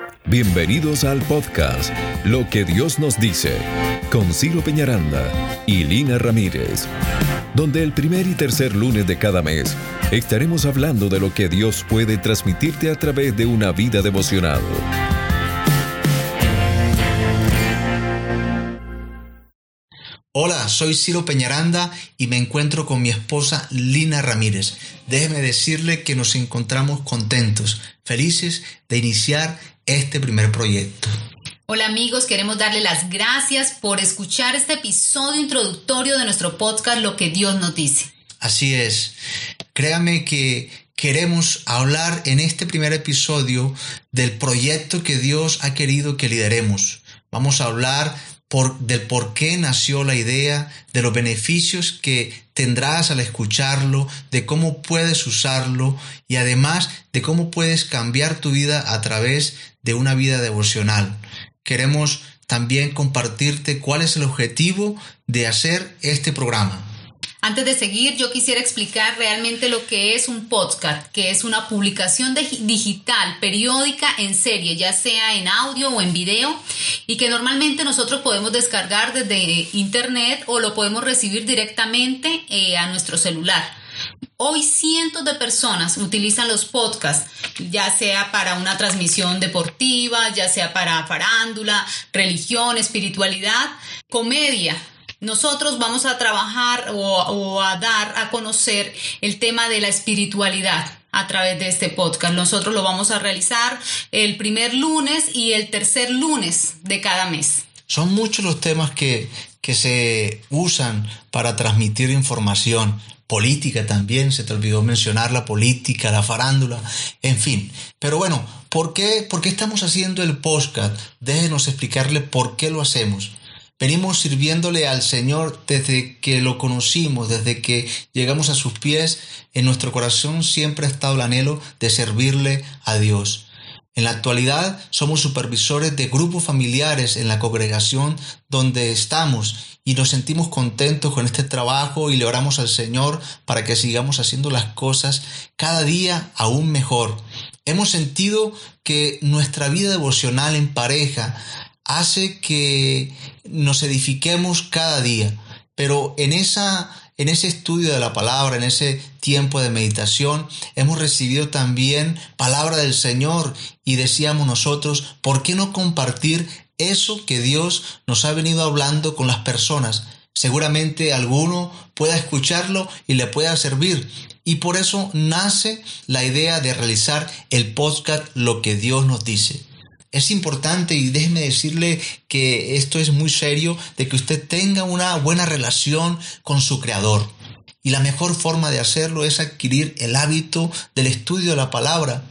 Bienvenidos al podcast Lo que Dios nos dice, con Ciro Peñaranda y Lina Ramírez, donde el primer y tercer lunes de cada mes estaremos hablando de lo que Dios puede transmitirte a través de una vida devocional. Hola, soy Ciro Peñaranda y me encuentro con mi esposa Lina Ramírez. Déjeme decirle que nos encontramos contentos, felices de iniciar este primer proyecto. Hola amigos, queremos darle las gracias por escuchar este episodio introductorio de nuestro podcast Lo que Dios nos dice. Así es, créame que queremos hablar en este primer episodio del proyecto que Dios ha querido que lideremos. Vamos a hablar del por qué nació la idea, de los beneficios que tendrás al escucharlo, de cómo puedes usarlo y además de cómo puedes cambiar tu vida a través de una vida devocional. Queremos también compartirte cuál es el objetivo de hacer este programa. Antes de seguir, yo quisiera explicar realmente lo que es un podcast, que es una publicación digital, periódica en serie, ya sea en audio o en video, y que normalmente nosotros podemos descargar desde internet o lo podemos recibir directamente a nuestro celular. Hoy cientos de personas utilizan los podcasts, ya sea para una transmisión deportiva, ya sea para farándula, religión, espiritualidad, comedia. Nosotros vamos a trabajar o a dar a conocer el tema de la espiritualidad a través de este podcast. Nosotros lo vamos a realizar el primer lunes y el tercer lunes de cada mes. Son muchos los temas que se usan para transmitir información. Política también, se te olvidó mencionar la política, la farándula, en fin. Pero bueno, ¿por qué estamos haciendo el podcast? Déjenos explicarle por qué lo hacemos. Venimos sirviéndole al Señor desde que lo conocimos, desde que llegamos a sus pies. En nuestro corazón siempre ha estado el anhelo de servirle a Dios. En la actualidad somos supervisores de grupos familiares en la congregación donde estamos y nos sentimos contentos con este trabajo y le oramos al Señor para que sigamos haciendo las cosas cada día aún mejor. Hemos sentido que nuestra vida devocional en pareja hace que nos edifiquemos cada día, pero en ese estudio de la palabra, en ese tiempo de meditación, hemos recibido también palabra del Señor y decíamos nosotros, ¿por qué no compartir eso que Dios nos ha venido hablando con las personas? Seguramente alguno pueda escucharlo y le pueda servir. Y por eso nace la idea de realizar el podcast Lo que Dios nos dice. Es importante y déjeme decirle que esto es muy serio, de que usted tenga una buena relación con su Creador. Y la mejor forma de hacerlo es adquirir el hábito del estudio de la palabra.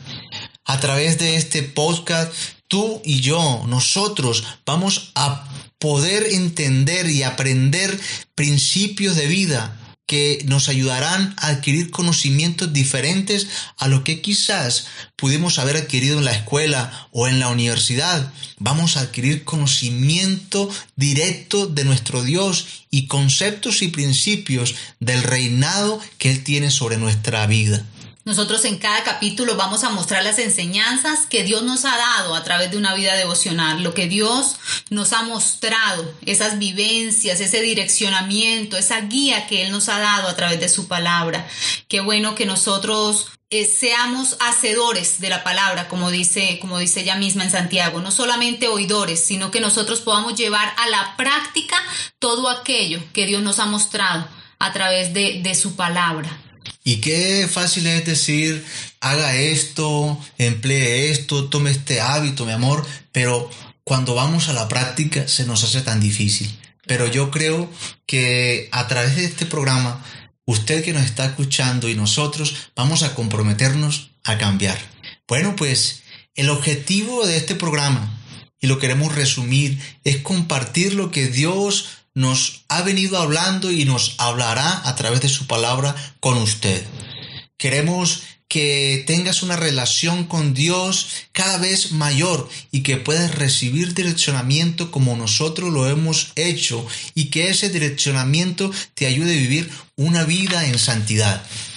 A través de este podcast, tú y yo, nosotros vamos a poder entender y aprender principios de vida que nos ayudarán a adquirir conocimientos diferentes a lo que quizás pudimos haber adquirido en la escuela o en la universidad. Vamos a adquirir conocimiento directo de nuestro Dios y conceptos y principios del reinado que Él tiene sobre nuestra vida. Nosotros en cada capítulo vamos a mostrar las enseñanzas que Dios nos ha dado a través de una vida devocional, lo que Dios nos ha mostrado, esas vivencias, ese direccionamiento, esa guía que Él nos ha dado a través de su palabra. Qué bueno que nosotros seamos hacedores de la palabra, como dice ella misma en Santiago, no solamente oidores, sino que nosotros podamos llevar a la práctica todo aquello que Dios nos ha mostrado a través de su palabra. Y qué fácil es decir, haga esto, emplee esto, tome este hábito, mi amor, pero cuando vamos a la práctica se nos hace tan difícil. Pero yo creo que a través de este programa, usted que nos está escuchando y nosotros vamos a comprometernos a cambiar. Bueno, pues el objetivo de este programa, y lo queremos resumir, es compartir lo que Dios nos ha venido hablando y nos hablará a través de su palabra con usted. Queremos que tengas una relación con Dios cada vez mayor y que puedas recibir direccionamiento como nosotros lo hemos hecho y que ese direccionamiento te ayude a vivir una vida en santidad.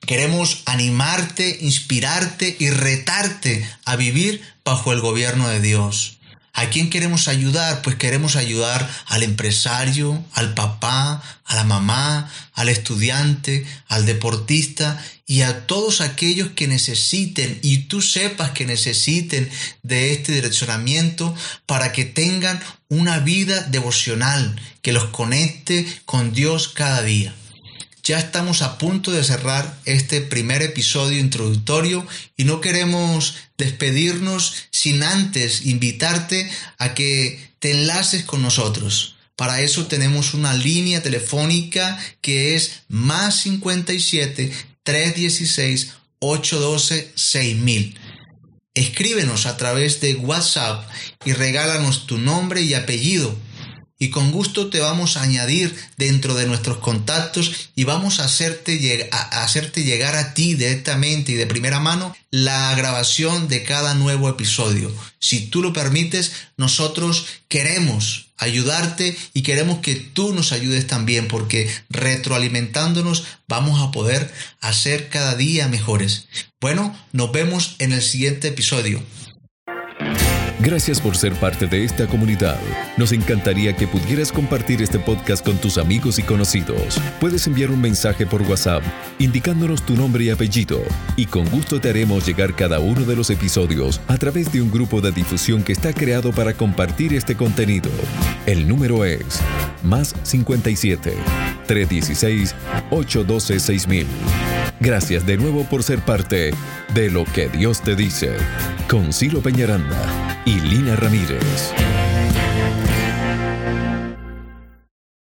Queremos animarte, inspirarte y retarte a vivir bajo el gobierno de Dios. ¿A quién queremos ayudar? Pues queremos ayudar al empresario, al papá, a la mamá, al estudiante, al deportista y a todos aquellos que necesiten y tú sepas que necesiten de este direccionamiento para que tengan una vida devocional que los conecte con Dios cada día. Ya estamos a punto de cerrar este primer episodio introductorio y no queremos despedirnos sin antes invitarte a que te enlaces con nosotros. Para eso tenemos una línea telefónica que es +57 316 812 6000. Escríbenos a través de WhatsApp y regálanos tu nombre y apellido. Y con gusto te vamos a añadir dentro de nuestros contactos y vamos a hacerte llegar a ti directamente y de primera mano la grabación de cada nuevo episodio. Si tú lo permites, nosotros queremos ayudarte y queremos que tú nos ayudes también, porque retroalimentándonos vamos a poder hacer cada día mejores. Bueno, nos vemos en el siguiente episodio. Gracias por ser parte de esta comunidad. Nos encantaría que pudieras compartir este podcast con tus amigos y conocidos. Puedes enviar un mensaje por WhatsApp indicándonos tu nombre y apellido y con gusto te haremos llegar cada uno de los episodios a través de un grupo de difusión que está creado para compartir este contenido. El número es +57 316 812 6000. Gracias de nuevo por ser parte de Lo que Dios te dice con Ciro Peñaranda y Lina Ramírez.